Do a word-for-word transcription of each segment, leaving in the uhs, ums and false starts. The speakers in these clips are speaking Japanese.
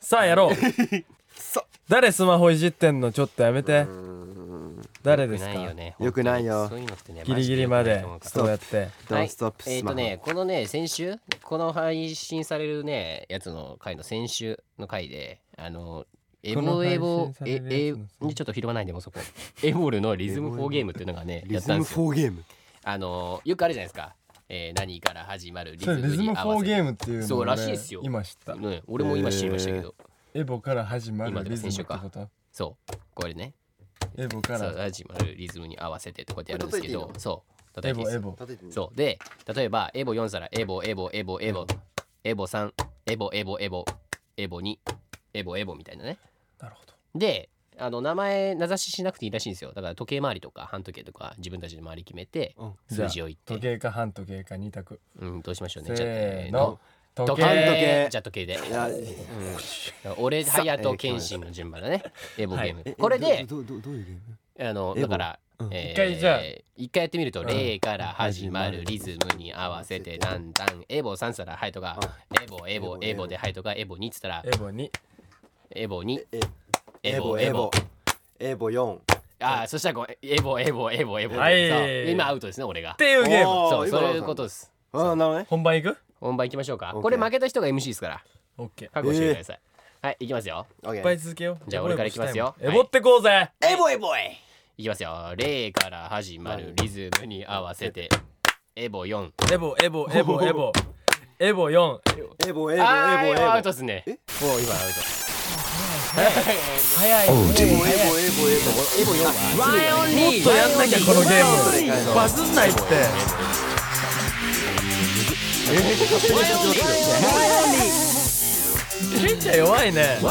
さあやろうさ誰スマホいじってんのちょっとやめて誰ですかよくないよギリギリまでそうやって Don't stop えっとねこのね先週この配信されるねやつの回の先週の回であのエボエボええちょっと拾わないでもそこエボルのリズムフォーゲームっていうのがねやったんですよ。 リズムフォーゲームあのよくあるじゃないですか、えー、何から始まるリズムに合わせてリズムフォーゲームっていうのを、ね、 そうらしいですよ今知った、 ね、俺も今知りましたけど、 エボから始まるリズムってことそうこれねエボから始まるリズムに合わせてってこうやってやるんですけどそう叩いていいエボエボそうで例えばエボよん皿エボエボエボエボエボさんエボエボエボエボにエボエボみたいなね。 なるほど。 であの名前名指ししなくていいらしいんですよ。だから時計回りとか半時計とか自分たちで回り決めて数字を言って時計か半時計かに択うんどうしましょうね。 せーの時計時計じゃあ時計で、 いや、 うん、俺隼人謙信の順番だねエボゲーム、はい、これでどどどういうゲームあのだから、 うんえー、 一回じゃあ一回やってみると、うん、レイから始まるリズムに合わせてだんだんエボさん皿ハイトがエボエボエボでハイトがエボにっつったらエボにエボにエボエボエボよんああそしたらこうエボエボエボエボ、 はい、 今アウトですね俺がっていうゲームそうそういうことです。 ああなるほどね。 本番いく本番いきましょうか。これ負けた人が エムシー ですからオッケー覚悟してください、えー、はいいきますよ。 いっぱい続けよう。 じゃあ俺からいきますよ。 エボってこうぜ、はい、 エボエボエいきますよ。レから始まるリズムに合わせてエボよんエボエボエボエボエボよんエボエボエボエボアウトっすね。もう今アウト早いエボエボエボエボエボよんはもっとやんなきゃこのゲームバズんないって。ケンちゃん弱いね。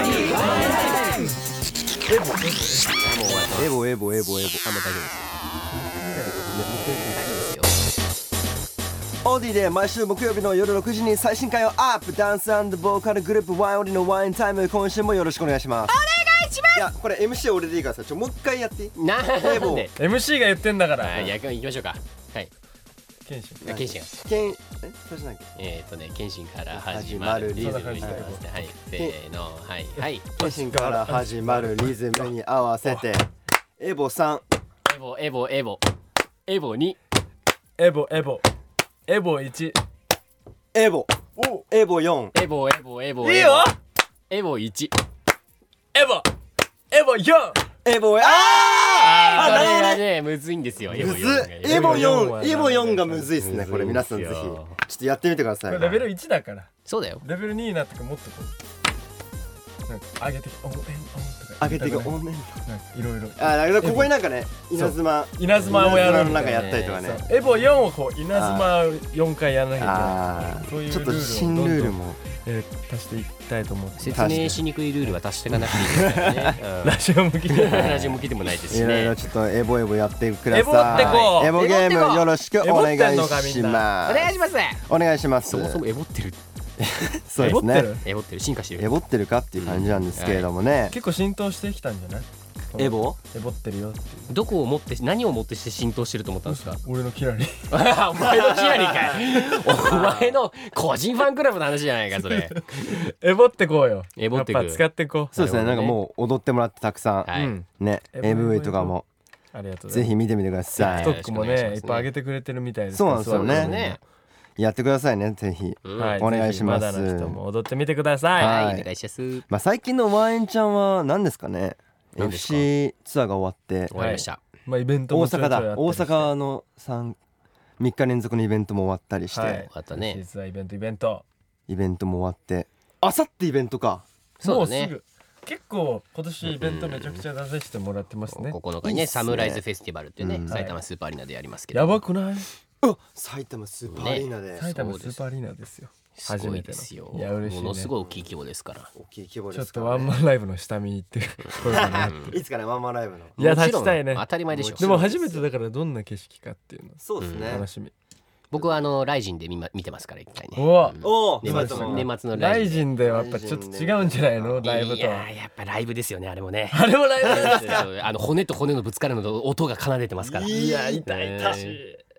エボエボエボエボエボあもう大丈夫ですオーディで毎週木曜日の夜ろくじに最新回をアップ。ダンス&ボーカルグループワンオリのワインタイム、今週もよろしくお願いします。お願いします。いやこれ エムシー 俺でいいからさ、ちょもう一回やっていい？ なんでエムシー が言ってんだから。 はい、や行きましょうか。はいケンシンケンシンケンえそれじゃないっけえっとねケンシンから始まるリズムに合わせてはいせーのはいはいケンシンから始まるリズムに合わせてエボさんエボエボエボエボにエボエボエボいちエボエボよんエボエボエボいいよエボいちエボエボよんエボああーこれがねむずいんですよ。 むずエボよんエボよんがむずいっすね。これ皆さんぜひちょっとやってみてください。 レベルいちだからそうだよ。 レベルにになってからもっとこうなんか上げてオンエンオンとか上げていくオンエンいろいろあだけどここになんかね稲妻稲妻をやるなんかやったりとかね。 エボよんをこう稲妻よんかいやらなきゃいけない。そういうちょっと新ルールもえー、足していきたいと思って。 説明しにくいルールは足していかなくていいですからね、うん、 ラジオ向きでラジオ向きでもないですしね。 いろいろちょっとエボエボやってください。 エボってこうエボゲームよろしくお願いします。 お願いしますお願いします。 そもそもエボってるそうですね。 エボってる進化してるエボってるかっていう感じなんですけれどもね、 結構浸透してきたんじゃない？ エボエボってるよっていう。 どこをもって何をもってして浸透してると思ったんですか？ 俺のキラリお前のキラリかいお前の個人ファンクラブの話じゃないかそれエボってこうよ。 エボってくやっぱ使ってこう。 そうですね。なんかもう踊ってもらってたくさん、 はいね エムブイ とかもありがとうぜひ見てみてください。 TikTok もねいっぱい上げてくれてるみたいです。 そうなんですよねね。やってくださいねぜひ、 はい、 お願いします。 まだの人も踊ってみてください。 はい、お願いします。 まあ最近のワンエンちゃんは何ですかね。エフシー ツアーが終わって終わりました。 まあイベントも大阪だ大阪の三みっか連続のイベントも終わったりして、 終わったね。 実はイベントイベントイベントも終わってあさってイベントか。 そうだね。 結構今年イベントめちゃくちゃ出させてもらってますね。 ここのかにねサムライズフェスティバルっていうね埼玉スーパーアリーナでやりますけど。 やばくない？ 埼玉スーパーアリーナで埼玉スーパーアリーナですよ。 初めてですよ。 いや嬉しいね。 ものすごい大きい規模ですから。 大きい規模ちょっですからとワンマンライブの下見に行っていつかねワンマンライブのいや立ちたいね。 当たり前でしょ。 でも初めてだからどんな景色かっていうのそうですね楽しみ。 僕はあのライジンで見見てますから一回ね。 おお年末年末のライジンではやっぱちょっと違うんじゃないのライブと。 いややっぱライブですよねあれもね。 あれもライブですか。 あの骨と骨のぶつかるの音が奏でてますから。 いや痛い痛い。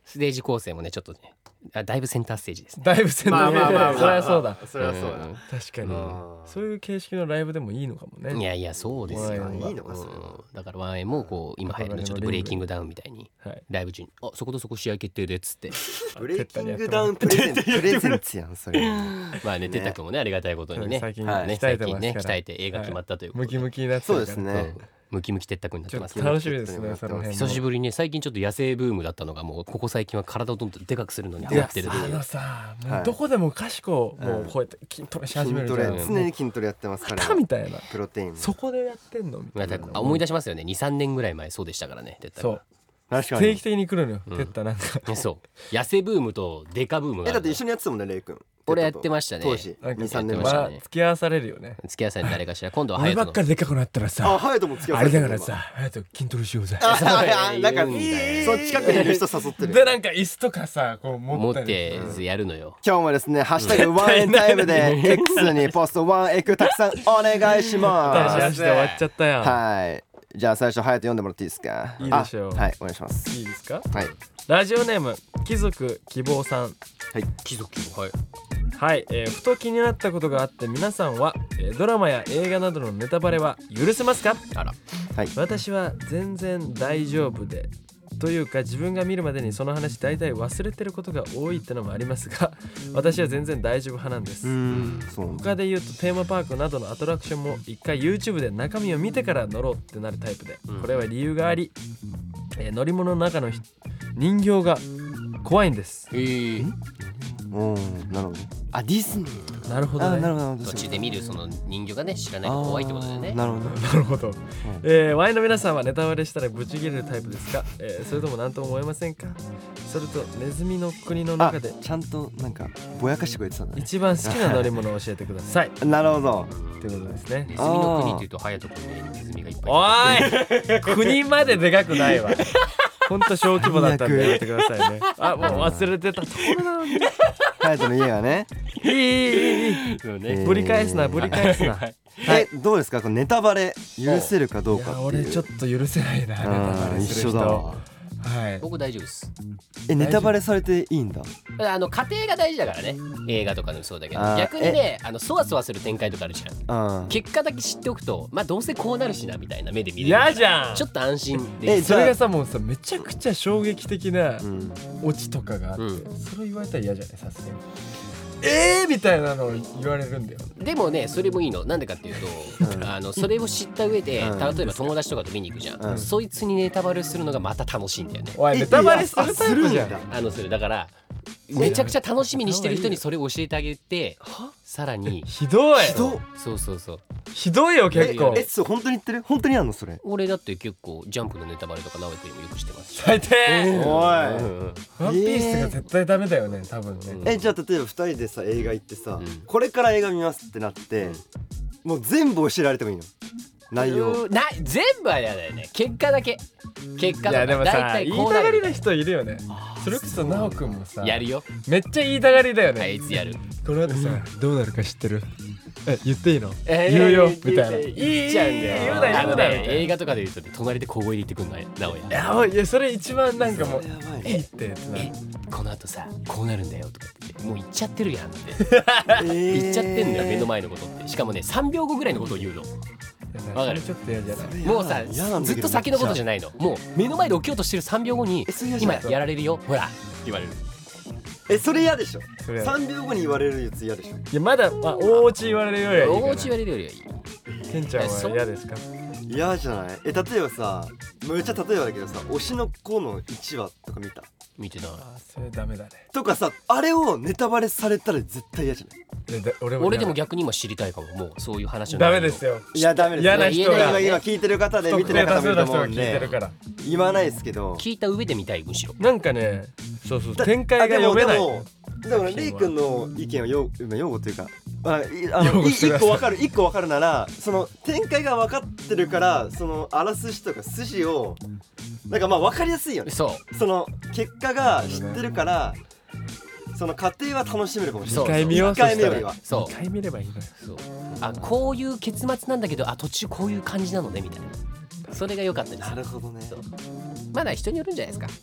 ステージ構成もねちょっとねあだいぶセンターステージですね。 だいぶセンターまあまあまあまあそれはそうだ。 それはそうだ、 ん確かにうんそういう形式のライブでもいいのかもね。 いやいやそうですよ。 ワンエムいいのかそれはうんだからワンエムもこう今流行りのちょっとブレイキングダウンみたいにはい。 ライブ中にあそことそこ試合決定でっつってブレイキングダウンプレゼンプレゼンツやんそれまあねてったくんもねありがたいことにね最近はいね鍛え最近ねてますから。 鍛えて映画決まったということムキムキになってそうるから。 ですね、 うんムキムキてったくんになってますけどちょっと楽しみですねその辺も。 久しぶりにね最近ちょっと野生ブームだったのがもうここ最近は体をどんどんでかくするのにハいやマってるというあのさもはいうどこでもかしこうんもうこうやって筋トレし始め筋トレるじゃん。 常に筋トレやってますからバカみたいな。 プロテインそこでやってんのみたまいなたあ思い出しますよねにさんねんぐらい前そうでしたからねてったくんそう確かに定期的に来るのよ。 うんてったなんかねそう野生ブームとデカブームがあるえだって一緒にやってたもんねレイ君俺やってましたね当時なんかにさんねん前やってましたねまあ付き合わされるよね。 付き合わせに誰かしら今度は隼人の俺ばっかりでかくなったらあさハヤトも付き合あわせてるれだからさ隼人筋トレしようぜ。 あそうあなんか言うんだよその近くにいる人誘ってるでなんか椅子とかさこう持持っったりてやるのよ今日もですねハッシュタグワンエンタイムで X にポストワンエクたくさんお願いし足ます足で終わっちゃったやん。 はいじゃあ最初ハヤト読んでもらっていいですかいいでしょうあはいお願いしますいいですか。 はいラジオネーム貴族希望さん。 貴族はいはい、えーふと気になったことがあって皆さんは、えードラマや映画などのネタバレは許せますか？ あら私は全然大丈夫でというか自分が見るまでにその話大体忘れてることが多いってのもありますが私は全然大丈夫派なんです。 うーんそうなんだ他で言うとテーマパークなどのアトラクションも一回 YouTube で中身を見てから乗ろうってなるタイプで、 うんこれは理由があり、えー乗り物の中のひ人形が怖いんです。 えーおーなるほどあディズニーなるほどね。 あなるほどなるほど途中で見るその人形がね知らないと怖いってことだよねあーなるほどなるほど、えーワインの皆さんはネタバレしたらブチ切れるタイプですか、えーそれとも何とも思いませんか？それとネズミの国のあ中でちゃんとなんかぼやかしてくれてたんだね一番好きな乗り物を教えてくださいなるほどということですね。 ネズミの国っていうと隼人君にネズミがいっぱいおい国まででかくないわ。ほんと小規模だったんでやめてくださいね。あもう忘れてたところなのに。 ハヤトの家がねいいいいいいそうえーねぶり返すなぶり返すな。はいえどうですかこのネタバレ許せるかどういかっていうや俺ちょっと許せないなネタバうん一レする人。 緒だわはい。 僕大丈夫ですえネタバレされていいんだあの家庭が大事だからね映画とかでもそうだけどあー逆にねあのそわそわする展開とかあるじゃんうん結果だけ知っておくとまあどうせこうなるしなみたいな目で見れる嫌じゃん。 ちょっと安心できるえそれがさもうさめちゃくちゃ衝撃的なうんオチとかがあって、 うんそれ言われたら嫌じゃないさすがに。えーみたいなのを言われるんだよ。 でもねそれもいいのなんでかっていうと、 うんあのそれを知った上で、 うん例えば友達とかと見に行くじゃん、 うんそいつにネタバレするのがまた楽しいんだよねおいえネタバレするタイプじゃん。 あするんだあのそれだからめちゃくちゃ楽しみにしてる人にそれを教えてあげてさらにひどいひどっそうそうそうひどいよ結構ええそう本当に言ってる本当にやんのそれ俺だって結構ジャンプのネタバレとか直江君にもよくしてますし最低。 おワいうんうんンピースが絶対ダメだよね多分ね。 うんえじゃあ例えばふたりでさ映画行ってさうんこれから映画見ますってなってもう全部教えられてもいいの内容うーな全部は嫌だよね結果だけ結果いとか大やでもさ体言いこうなるたがりな人いるよね。それこそなおくんもさやるよめっちゃ言いたがりだよね。 あいつやるこの後さどうなるか知ってる？え言っていいの？ えー言うよ言うみたいな。 言っちゃうんだよ言うな言うなあのねみたいな。 映画とかで言うとね隣で小声で言ってくんのよ直哉いやおいいやそれ一番なんかもうそれやばいいいってやつな。 えこの後さこうなるんだよとかって言ってもう言っちゃってるやんって言言っちゃってんだよ目の前前のことってしかもねさんびょうごぐらいのことを言うのわかるそれちょっと嫌じゃない？ もうさずっと先のことじゃないのもう目の前で起きようとしてるさんびょうごにえそれ嫌じゃ今ないやられるよほらって言われるえそれ嫌でしょそれやさんびょうごに言われるやつ嫌でしょいやまだまあ大落ち言われるよりはいいかな。 大落ち言われるよりはいいケンちゃんは嫌ですか？ 嫌じゃないえ例えばさめっちゃ例えばだけどさ推しの子のいちわとか見た見てたあそれダメだね。 とかさあれをネタバレされたら絶対嫌じゃないでで俺俺でも嫌逆に今知りたいかももうそういう話のダメですよ。 いやダメです嫌な人が今今聞いてる方で不見てない特定多方もいると思うん数の人が聞いてるでから。 言わないですけど聞いた上で見たいむしろなんかねそうそうだ展開が読めない。 あでもでもでもレイ君の意見をよ今擁護というか、まあ、いあ擁のい護してください一個わかる一個わかるならその展開が分かってるからそのあらすじとか筋をなんかまあ分かりやすいよねそうその結果が知ってるからその過程は楽しめるかもしれないそう一回見よう一回目よりはそ一回見ればいいのよ。 うそうあこういう結末なんだけどあ途中こういう感じなのねみたいなそれが良かったですなるほどねそうまだ人によるんじゃないですか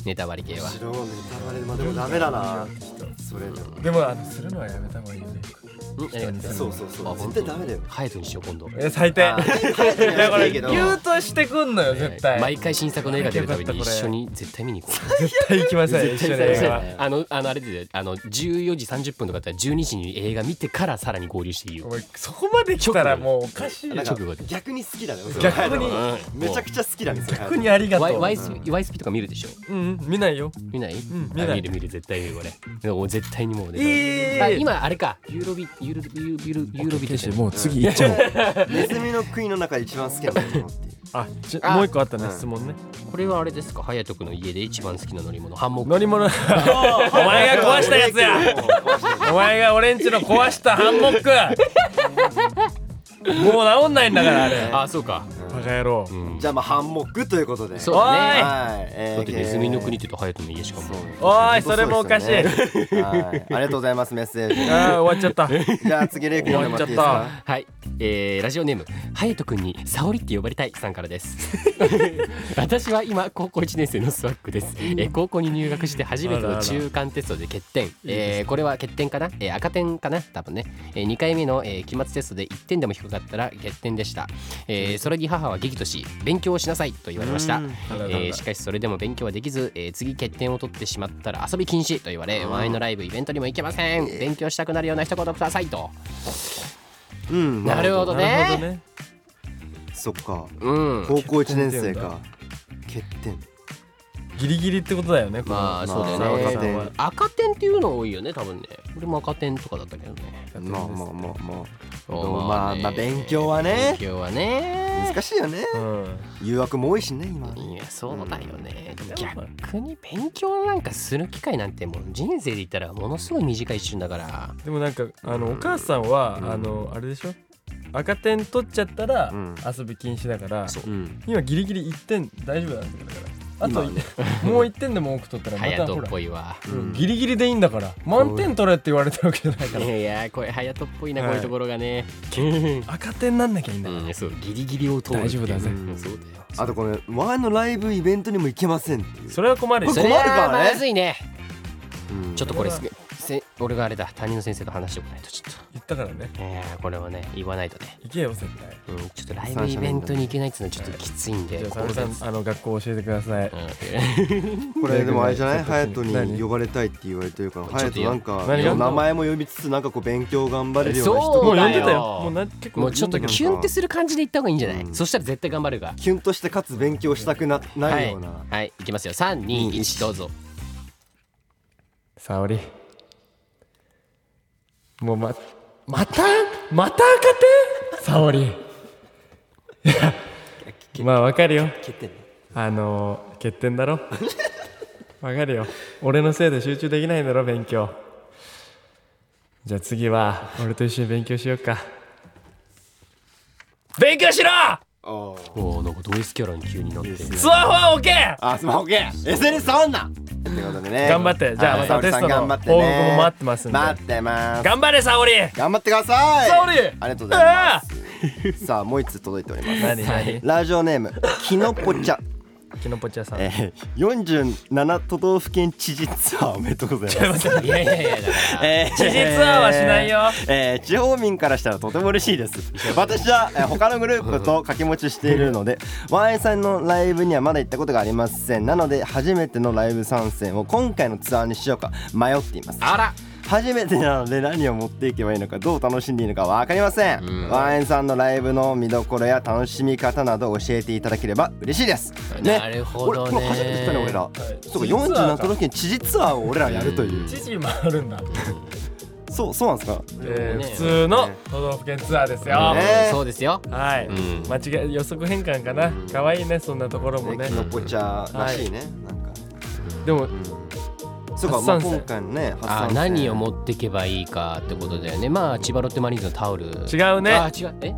ネタバレ系は。 白ネタバレまでもダメだな。それでも。 でもあのするのはやめた方がいいよね。 そうそうそう。絶対ダメだよ。 ハヤトにしよう今度。 え最低。いやこれけど言うとしてくんのよ絶対。 毎回新作の映画出るたびに一緒に絶対見に行こう。 絶対行きません。一緒に映画。 あのあのあれであのじゅうよじさんじゅっぷんとかだったらじゅうにじに映画見てからさらに合流していいよ。 そこまで来たらもうおかしいよ。 逆に好きだね。 逆にめちゃくちゃ好きだね。 逆にありがとう。 ワイスピワイスピとか見るでしょ。 うん見ないよ。 見ない？ うん見ない。 見る見る絶対見るこれ。でも絶対にもうね。 えあ今あれかユーロビユーロユーロユーロビってもう次行っちゃおう。 ネズミの国の中で一番好きな乗り物っていう。 あもう一個あったね質問ね。 これはあれですか、隼人君の家で一番好きな乗り物、ハンモック。 乗り物お前が壊したやつや。お前が俺んちの壊したハンモックもう治んないんだからあれ。 あそうかバカ野郎。 じゃあまあハンモックということで。 そうね。 だってネズミの国って言うと隼人の家しかも。 おいそれもおかしい。 ありがとうございますメッセージ。 あ終わっちゃった。 じゃあ次レイ君読んでもらっていいですか。 はい、えー、ラジオネーム隼人君に沙織って呼ばれたいさんからです私は今高校いちねん生のスワックです、えー、高校に入学して初めての中間テストで欠点、えー、これは欠点かな、えー、赤点かな多分ね、えー、にかいめの、えー、期末テストでいってんでも低かったら欠点でした、えー、それに母は激怒し勉強をしなさいと言われました、えー、しかしそれでも勉強はできず、えー、次欠点を取ってしまったら遊び禁止と言われ、ワインのライブイベントにも行けません、勉強したくなるような一言くださいと。 うん、 なるほどね。 そっか、 うん、 高校いちねん生か。欠点ギリギリってことだよね。 まあそうだよね。赤点赤点っていうの多いよね多分ね。俺も赤点とかだったけどね。 まあまあまあまあまあまあ勉強はね勉強はね難しいよね。誘惑も多いしね今。 いやそうだよね。逆に勉強なんかする機会なんてもう人生で言ったらものすごい短い一瞬だから。 でもなんかあのお母さんはあのあれでしょ、赤点取っちゃったら遊び禁止だから、今ギリギリいってん大丈夫なんだから。あともういってんでも多く取ったらまたほら隼人っぽいわ、 ギリギリでいいんだから満点取れって言われたわけじゃないから。 いやこれ隼人っぽいなこういうところがね。 赤点なんなきゃいいんだから。 そうギリギリを通る。 大丈夫だぜ。 そうだよ。 あとこれ前のライブイベントにも行けませんっていう。 それは困るよ。 困るからね。 まずいね。ちょっとこれせ俺があれだ担任の先生と話しておかないとちょっと言ったからね。 えー、これはね言わないとね。 行けよ絶対。 うんちょっとライブイベントに行けないっていうのはちょっときついんで。 じゃあ沙織さんあの学校教えてください。 これでもあれじゃない隼人に呼ばれたいって言われてるから隼人なんか名前も呼びつつなんかこう勉強頑張れるような人もう呼んでたよ。もうな結構もうちょっとキュンってする感じで行った方がいいんじゃない。そしたら絶対頑張るが。 キュンとしてかつ勉強したくなるような。 はい行きますよ。さんにいちどうぞ。 沙織もうままたまた赤点沙織。いやまあわかるよ。あの欠点だろ。わかるよ。俺のせいで集中できないんだろ勉強。じゃあ次は俺と一緒に勉強しようか。勉強しろ。 おおなんかド S キャラに急になってる。 スマホは置け。 あスマホ置け。エスエヌエス 触んな。ってことでね。 頑張って。じゃあまたテストの報告も待ってますんで。 待ってます。 頑張れ沙織。 頑張ってください。 沙織。 ありがとうございます。さあもう一つ届いております。 何何。 ラジオネームきのぽ茶。 きのぽ茶さん。 えー、よんじゅうなな都道府県知事ツアーおめでとうございます。 いやいやいやだから、 えー、 知事ツアーはしないよ。 えー、地方民からしたらとても嬉しいです。私は、えー、他のグループと掛け持ちしているのでワンエーさんのライブにはまだ行ったことがありません。なので初めてのライブ参戦を今回のツアーにしようか迷っています。 あら初めてなので何を持っていけばいいのかどう楽しんでいいのか分かりません、うん、ワンエンさんのライブの見どころや楽しみ方など教えていただければ嬉しいです、 ね、なるほどね。 俺初めて聞いたね俺ら、はい、そうかよんじゅうなな都道府県知事ツアーを俺らやるという、 知事回るんだ。 そうそうなんですか、 えー、普通の都道府県ツアーですよ、 ね、そうですよ。 はい、うん、間違い予測変換かな、うん、かわいいねそんなところもね。 きのこ茶らしいね、はい、なんかでも、うんそうか、まあ、今回のねあ何を持っていけばいいかってことだよね。まあ千葉ロッテマリーンズのタオル。 違うね。 あ違うえ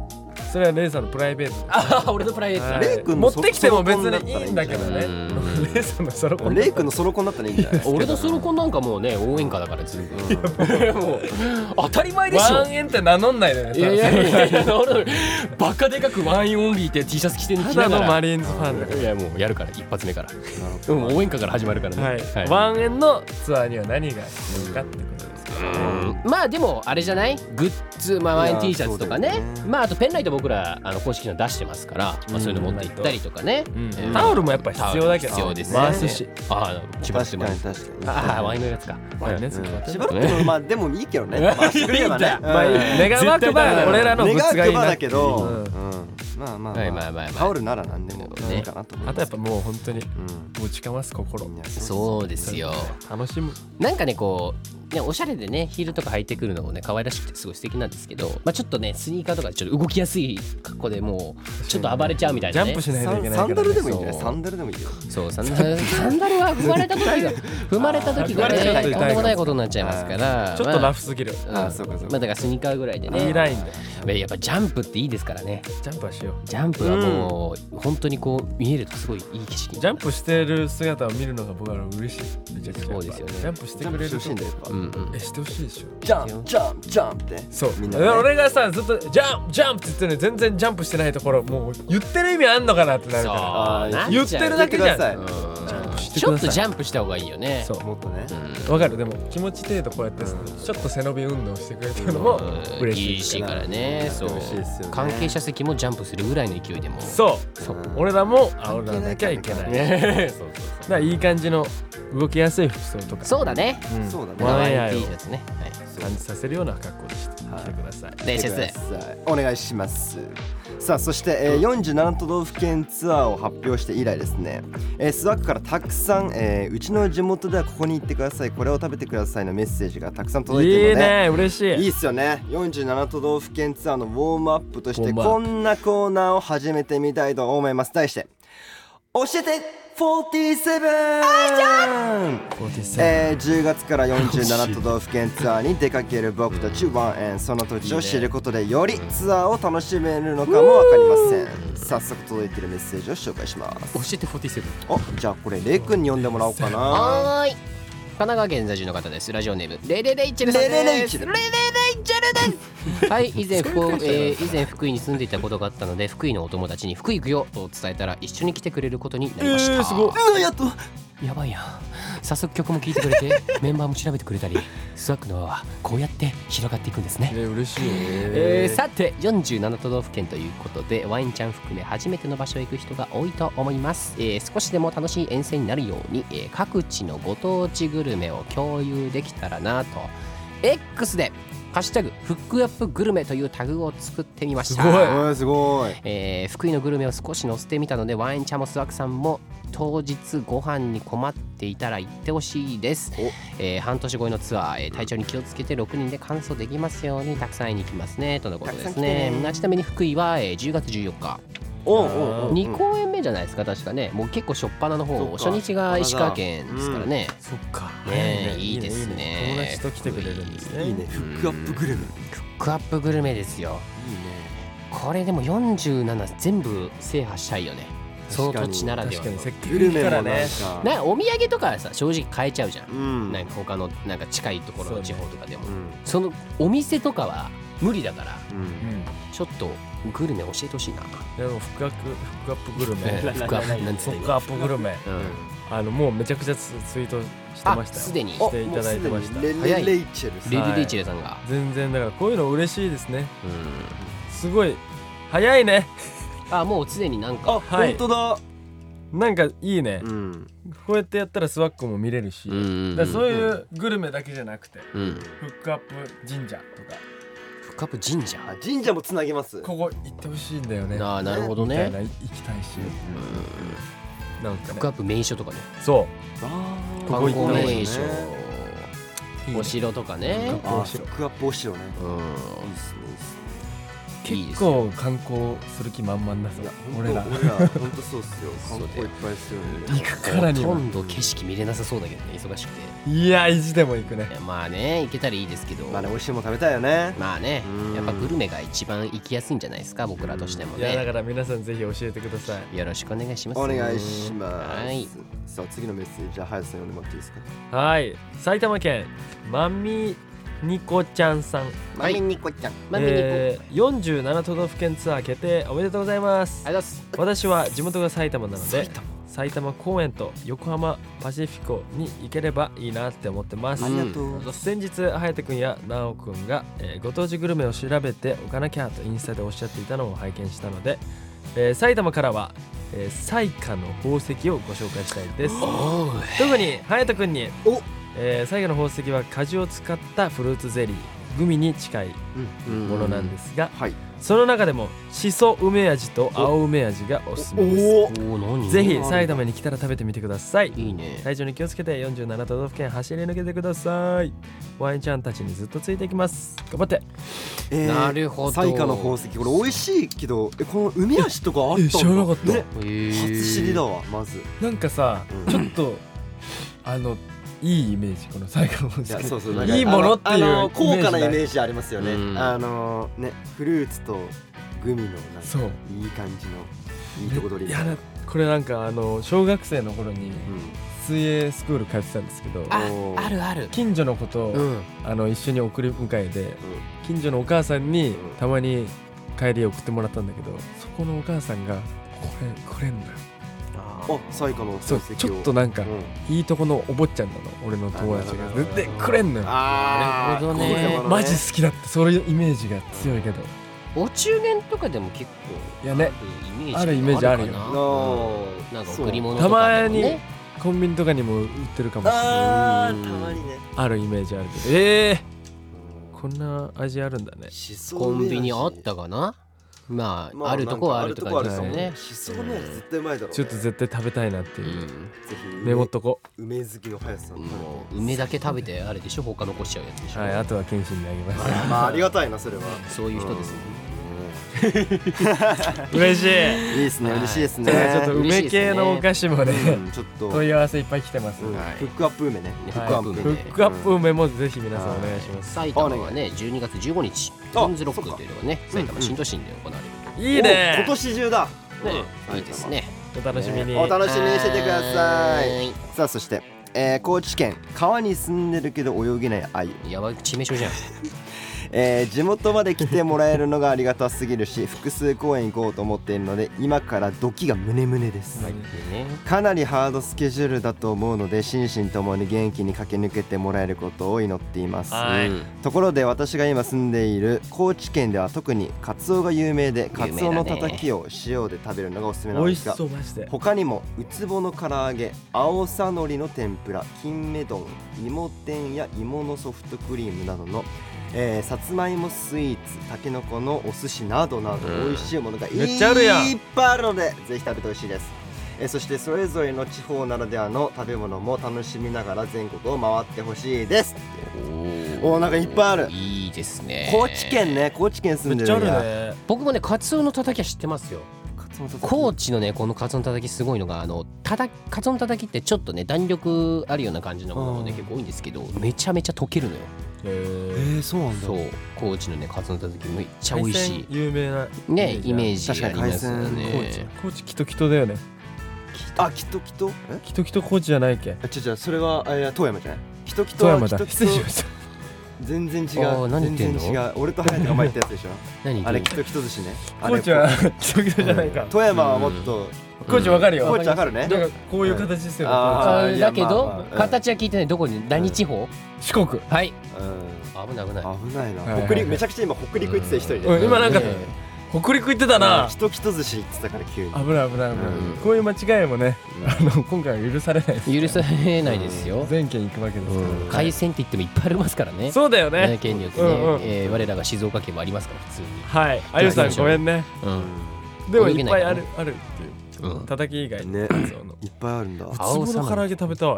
それはレイさんのプライベート。 ああ俺のプライベートだ、 レイ君の持ってきても別にいいんだけどね。 うんレイさんのソロコン。 レイ君のソロコンだったらいいんじゃない？ 俺のソロコンなんかもうね応援歌だからずっともう当たり前でしょ。 ワンエンって名乗んないでね。 いやいやいやいや俺バカでかくワンエンオンリーって T シャツ着て着ただながらのマリーンズファンだかいやもうやるから一発目からうん応援歌から始まるからね、 ら。はい。 はいワンエンのツアーには何が必要かってことですけど。 うんまあでもあれじゃないグッズ、まあ、ワンエン T シャツとかねそうだよねまああとペンライト僕らあの公式の出してますから、まあ、そういうの持って行ったりとかね、 うんえータオルもやっぱ必要だけど。 必要ですね回すし。 ああ千葉っても確かに確かに。 ああワインのやつかワインのやつうん決しばらくでもまあでもいいけどね。回してくれればね。 まあいい願わくば俺らのグッズがいいな。 願わくばだけど、 うんうんまあまあはいまあまあまあタオルなら何でもいいかなと思います。 あとやっぱもう本当にうんぶちかます心。 いやそうですよ楽しむ。 なんかねこうねおしゃれでねヒールとか履いてくるのもね可愛らしくてすごい素敵なんですけど、まあ、ちょっとねスニーカーとかちょっと動きやすい格好でもうちょっと暴れちゃうみたいなねジャンプしないといけないからね。 サンダルでもいいんじゃない？ そうサンダルでもいいよ。 そうサンダルサンダルは踏まれた時が踏まれた時が踏まれちゃうと痛いねとんでもないことになっちゃいますからちょっとラフすぎる。 まああそうかそうかまあだからスニーカーぐらいでいいねラインで。 やっぱジャンプっていいですからねジャンプはしよう。 ジャンプはもう本当にこう見えるとすごいいい景色ジャンプしてる姿を見るのが僕は嬉しい。めちゃくちゃ。 そうですよねジャンプしてジャンプくれるとしてほしいんだよやっぱ。 うんうんえしてほしいでしょ。 ジャンプジャンプジャンプって。 そうみんなね俺がさずっとジャンプジャンプって言ってるのに全然ジャンプしてないところもう言ってる意味あんのかなってなるそうかあーな言ってるだけじゃん言ってくださいうんジャンプしてちょっくださいとジャンプした方がいいよねそうもっとね。 わかる。でも気持ち程度こうやってちょっと背伸び運動してくれてるのもうん嬉しい嬉しいからねそう嬉しいですよね関係者席もジャンプするぐらいの勢いでもそうそううん俺らも煽らなきゃいけないだかねそうそうらいい感じの動きやすい服装とかそうだねうんそうだねワンエン愛 T をシャツねはい感じさせるような格好でして来てください。 伝説来てくださいお願いします。さあそして、えー、よんじゅうなな都道府県ツアーを発表して以来ですね、えー、スワックからたくさん、えー、うちの地元ではここに行ってくださいこれを食べてくださいのメッセージがたくさん届いてるいいのでね嬉しい。 いいっすよね。よんじゅうなな都道府県ツアーのウォームアップとしてウォームアップこんなコーナーを始めてみたいと思います。題して教えてよんじゅうななえー、じゅうがつからよんじゅうなな都道府県ツアーに出かける僕たちワンエンその土地を知ることでよりツアーを楽しめるのかもわかりません。早速届いているメッセージを紹介します。 教えてよんじゅうななおじゃあこれレイ君に読んでもらおうかな。 はーい神奈川県在住の方です。ラジオネームレレレイチェルさんです。 レレレイチェルレレレイチェルですはい以前福、えー、以前福井に住んでいたことがあったので福井のお友達に福井行くよと伝えたら一緒に来てくれることになりました、 えーすごいうんやっとやばいやん早速曲も聴いてくれてメンバーも調べてくれたりスワックの輪はこうやって広がっていくんですねえ嬉しい。 えー、さてよんじゅうなな都道府県ということでワインちゃん含め初めての場所へ行く人が多いと思います、えー、少しでも楽しい遠征になるように、えー、各地のご当地グルメを共有できたらなと X でハッシュタグフックアップグルメというタグを作ってみました。 すごいおーすごい。 えー福井のグルメを少し載せてみたのでワインチャモスワクさんも当日ご飯に困っていたら行ってほしいです、えー半年超えのツアー、えー体調に気をつけてろくにんで完走できますようにたくさん会いに行きますねとのことですたくさん来ねてねちなみに福井は、えーじゅうがつじゅうよっかおうおうおうに公演目じゃないですか確かねもう結構初っ端のそ方っか初日が石川県ですからね、 そっか。 ねえいいですね友達と来てくれるんですね。 いいね。フックアップグルメ。 フックアップグルメですよいいね。 これでもよんじゅうなな全部制覇したいよねその土地ならではの確かにせっかくグルメもなん行くからね。 か。 なお土産とかはさ正直買えちゃうじゃん、 うん。 なんか他のなんか近いところの地方とかでもうそ,、のお店とかは無理だからん。 うん。 ちょっとグルメ教えてほしいなでもフックアップフックアップグルメ。 フックアップなんつってフックアップグルメ。 うんあのもうめちゃくちゃツツイートしてましたよ。 あすでにしていただいてました。 レ早いレレイチェルさん。 レディ・リーチェルさんが、 全然だからこういうの嬉しいですね。 うんすごい早いね。 あもうすでになんかあ、 はい本当だ。 なんかいいね。 うん。 こうやってやったらスワックも見れるし。 うんだからそういうグルメだけじゃなくて、 うんフックアップ神社とかフックアップ神社あ、神社もつなげます。 ここ行ってほしいんだよね。 ああなるほどみたいねな行きたいし。なんかね。 フックアップ名所とかねそあこ観こ行った方がいい光名所う。いいねお城とかねあ、フックアップお城ね。 うんいいっすね、いいっすね。 結構観光する気満々だぞ俺ら。 俺ら本当そうっすよ。観光いっぱいするんで。 行くからにはほとんど景色見れなさそうだけどね、忙しくて。 いや意地でも行くね。 いやまあね、行けたらいいですけど、 まあね、美味しいもの食べたいよね。 まあねうん、 やっぱグルメが一番行きやすいんじゃないですか、僕らとしてもいやだね。 から皆さんぜひ教えてください。 よろしくお願いします。 お願いします。 はい。 さあ次のメッセージ、じゃあ林さん読んでもらっていいですか。 はい埼玉県まみにこちゃんさん、 まみにこちゃん。 まみにこえー、よんじゅうなな都道府県ツアー決定おめでとうございます。 ありがとうございます。 私は地元が埼玉なので埼玉埼玉公園と横浜パシフィコに行ければいいなって思ってます。 ありがとう。 先日隼人君や直君が、えーご当地グルメを調べておかなきゃとインスタでおっしゃっていたのを拝見したので、えー埼玉からは、えー、彩花の宝石をご紹介したいです。 お特に隼人君におえー、彩花の宝石は果汁を使ったフルーツゼリーグミに近いものなんですが、 はい。 その中でもしそ梅味と青梅味がおすすめです。 おおー、何ぜひ埼玉に来たら食べてみてください。 いいね。 体調に気をつけてよんじゅうなな都道府県走り抜けてください。ワインちゃんたちにずっとついていきます。頑張って。 えーなるほど彩花の宝石、これ美味しいけど、えこの梅味とかあったんだ。 え知らなかったねへー初知りだわ、まず。 なんかさ、 うんちょっとあのいいイメージ、この彩花の宝いや石。 そうそう、なんかいいものっていうあの高価なイメージージありますよね。 うんあのね、フルーツとグミのなんかそういい感じのいいとこ取り。 いやなこれなんかあの小学生の頃にうん水泳スクール通ってたんですけど、 あおーあるある。 近所の子と、 うん。 あの一緒に送り迎えで近所のお母さんにんたまに帰り送ってもらったんだけど、そこのお母さんがこれくれんだよ。 あ、彩花のそう宝石をちょっとなんかうんいいとこのお坊ちゃんなの俺の友達がなるほどでくれんのよ。 あーなるほどねこれはねマジ好きだってそういうイメージが強いけど、 お中元とかでも結構いやねあるイメージあるイメージあるよかなのうんなんか贈り物とかでもたまにね。 コンビニとかにも売ってるかもしれない。 あーたまにね。 あるイメージあるけど、えー、こんな味あるんだね。 しそコ梅味ンビニあったかな。ままああるとこはあるって感じですよねなんかあるとこある。しそ梅味絶対うまいだろうね。 ちょっと絶対食べたいなっていう、 うん。 ぜひメモっとこ梅好きの林さんもう梅だけ食べてあれでしょ、他残しちゃうやつでしょ。 はい、あとは謙信にあげます。 まあありがたいなそれは。 そういう人ですね。 嬉しい。 いいですね、嬉しいですね。 じゃあちょっと梅系のお菓子もね、 うんちょっと問い合わせいっぱい来てます。 うんはいフックアップ梅ね。 ねはいフックアップ梅フックアップ梅もぜひ皆さんお願いします。 埼玉はね、じゅうにがつじゅうごにち、 あトンズロックというのがね、埼玉新都心で行われる。 いいね。 お今年中だ。 ね、 うんいいですね。 お楽しみに。 お楽しみにしててくださ。 はいさあそして、えー高知県川に住んでるけど泳げない鮎。 やばい致命傷じゃん。 えー地元まで来てもらえるのがありがたすぎるし、複数公演行こうと思っているので今からドキが胸胸です。 ね、 かなりハードスケジュールだと思うので心身ともに元気に駆け抜けてもらえることを祈っています。 はいうんところで私が今住んでいる高知県では特にカツオが有名で、カツオのたたきを塩で食べるのがおすすめなん美味しですが、 そうマジで。 他にもウツボの唐揚げ、青さのりの天ぷら、金目丼、芋天や芋のソフトクリームなどの、えーさつまいもスイーツ、たけのこのお寿司などなどうん美味しいものがいめっちゃあるやんっぱいあるのでぜひ食べてほしいです。えーそしてそれぞれの地方ならではの食べ物も楽しみながら全国を回ってほしいです。おーなんかいっぱいある。 いいですね。 高知県ね、高知県住んでめっちゃあるるんや。 ね。 僕もね、カツオのたたきは知ってますよ。 カツオのたたき高知のね、このカツオのたたきすごいのが、あのたたカツオのたたきってちょっとね、弾力あるような感じのものもね、 うん結構多いんですけど、めちゃめちゃ溶けるのよ。 ええーー、そうなんだ。 そう、高知のね、カツオのたたきめっちゃ美味しい。 有名なね、イメージジありますよ確かに海ね鮮。 高知キトキトだよね。 あ、きっときっとえキトキト高知じゃないっけ。 あ違う違う、それはあいや富山じゃない。きときと富山だ。 はきときと失礼しました。 全然違あーう。 何言ってんの全然違う。俺と隼人が前言ったやつでしょ。 何あれきときと寿司ね。あれ高知はキトキトじゃないか。 富山はもっと高知わかるよ。 高知わかるねだからこういう形ですよね。 あーあいやだけど、 まあまあ形は聞いてない。どこに何地方？ 四国。 はい。 うん危ない危ない。 危ないな。 はいはい北陸めちゃくちゃ今北陸行ってた一人で。 うん今なんかね北陸行ってたな。 きときと寿司行ってたから急に。 危ない危ない危ない。 うんこういう間違いもね、あの今回は許されないです。 許されないですよ。 全県行くわけですから。 海鮮って言ってもいっぱいありますからね。 そうだよねね。 県によってね、 うんうんえー我らが静岡県もありますから普通に。 はい。あゆさんごめんね。 うん。 でもいっぱいあるあるっていう。 うんたたき以外にねカツオの。 いっぱいあるんだ。 ウツボの唐揚げ食べたい。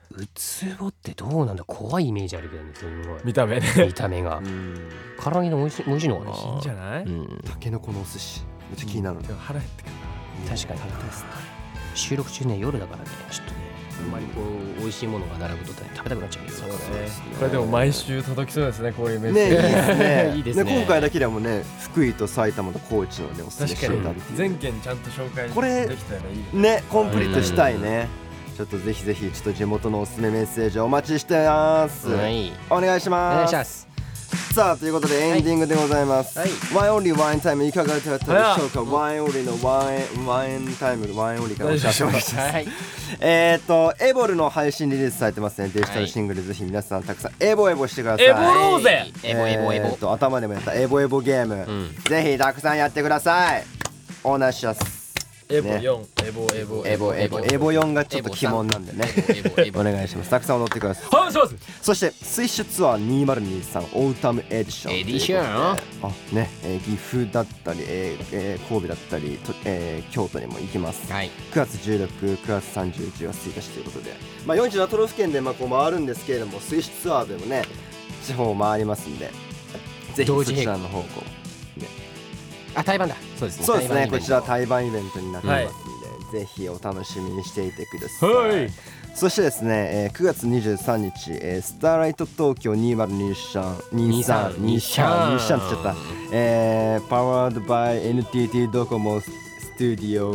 ウツボってどうなんだ、怖いイメージあるけどね、すごい見た目ね見た目がうん唐揚げの美味しい美味しいのかな。 美味しいんじゃない、 うん、 タケノコのお寿司めっちゃ気になる、 でも腹減ってくる確かに収録中ね、夜だからね、ちょっとねあんまりこう美味しいものが並ぶとね食べたくなっちゃうよ。 そうね。これでも毎週届きそうですね、こういうメッねいいセージ。 ですねいいですね今回だけでもね福井と埼玉と高知のねおすすめして確かにたっていう全県ちゃんと紹介これできたらいいですねコンプリートしたいね。ちょっとぜひぜひちょっと地元のおすすめメッセージお待ちしてます、 はい、 お願いしお願ます。 いします。 さあということでエンディングでございます、 はいワインオンリーワインタイムいかがだったでしょうか。ワインオンリーのワインワインタイムワインオンリーからお知らせします。 はい、 えっとエボルの配信リリースされてますね。デジタルシングル、ぜひ皆さんたくさんエボエボしてください。 エボろうぜ。 エボエボエボえーと頭でもやったエボエボゲーム、 んぜひたくさんやってください。お願いします。 エボねよん、エボエボエボエボエボよんがちょっと鬼門なんでねエボエボお願いします。たくさん踊ってください。 はい、します。 そしてスイッシュツアーにせんにじゅうさんオータムエディションエディションあね、えー岐阜だったり、えーえー神戸だったりと、えー京都にも行きます。 はい、 くがつじゅうろく、くがつさんじゅう、じゅうがつついたちということで、まあ、よんじゅうなな都道府県でまあこう回るんですけれども、スイッシュツアーでもね地方を回りますんで、ぜひそ同時並行ちらの方向あ、対バンだ。そうですね。 そうですね、こちら対対バンイベントになってますんで、ぜひお楽しみにしていてください。 はいそしてですね、えーくがつにじゅうさんにち、えースターライト東京にせんにじゅうさんにせんにじゅうさんにせんにじゅうさんって言っちゃった、えー、Powered by エヌティーティー ドコモスタジオ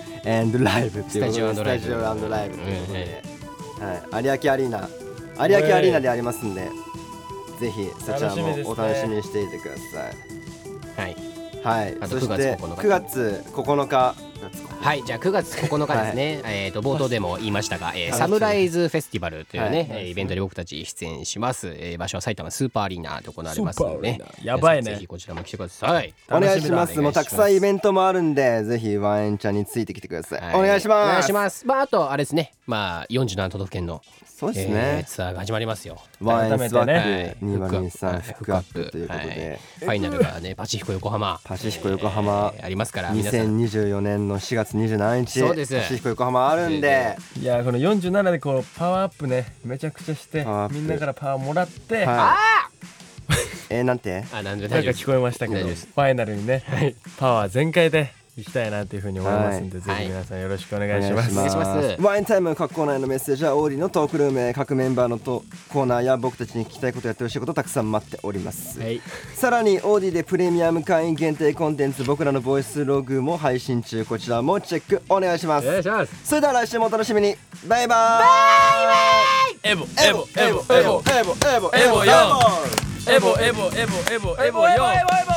and Live っていうことで、 スタジオ&ライブスタジオ&ライブということで、はい、有明アリーナ有明アリーナでありますんで、ぜひそちらもお楽しみにしていてください。 はい。 はい、 あとそしてくくがつここのかはい、じゃあくがつここのかですね、えー、と冒頭でも言いましたが、えー、サムライズフェスティバルというね、 はいえーイベントに僕たち出演します、えー場所は埼玉スーパーアリーナで行われますので、ね、 やばいね。 ぜひこちらも来てください。 お願いします。 楽しみだもうたくさんイベントもあるんで、ぜひワイン茶についてきてください。 はいお願いします。 お願いします。まああとあれですね、まあよんじゅうなな都道府県のそうですえーね。 ツアーが始まりますよ。 ワインスワ改めックにせんにじゅうさんはいフックアップということで、 はいファイナルがねパシフィコ横浜パシフィコ横浜えーありますから、皆さんにせんにじゅうよねんのしがつにじゅうしちにち、 そうですパシフィコ横浜あるんで、 いや、このよんじゅうななでこうパワーアップね、めちゃくちゃしてパワーアップみんなからパワーもらって、 はい。えー、なんて？ あなんでなんか大丈夫です聞こえましたけ大丈夫ですど、ファイナルにね、パワー全開でいきたいなというふうに思いますんで、 はいぜひ皆さんよろしくお願いします。 お願いしますワインタイム各コーナーへのメッセージはオーディのトークルームへ、各メンバーのとコーナーや僕たちに聞きたいことやってほしいことたくさん待っております。 はいさらにオーディでプレミアム会員限定コンテンツ僕らのボイスログも配信中、こちらもチェックお願いします。 お願いします。 それでは来週もお楽しみに。バイバーイ。 エボエボエボエボエボエボエボエボよんエボエボエボエボエボよん。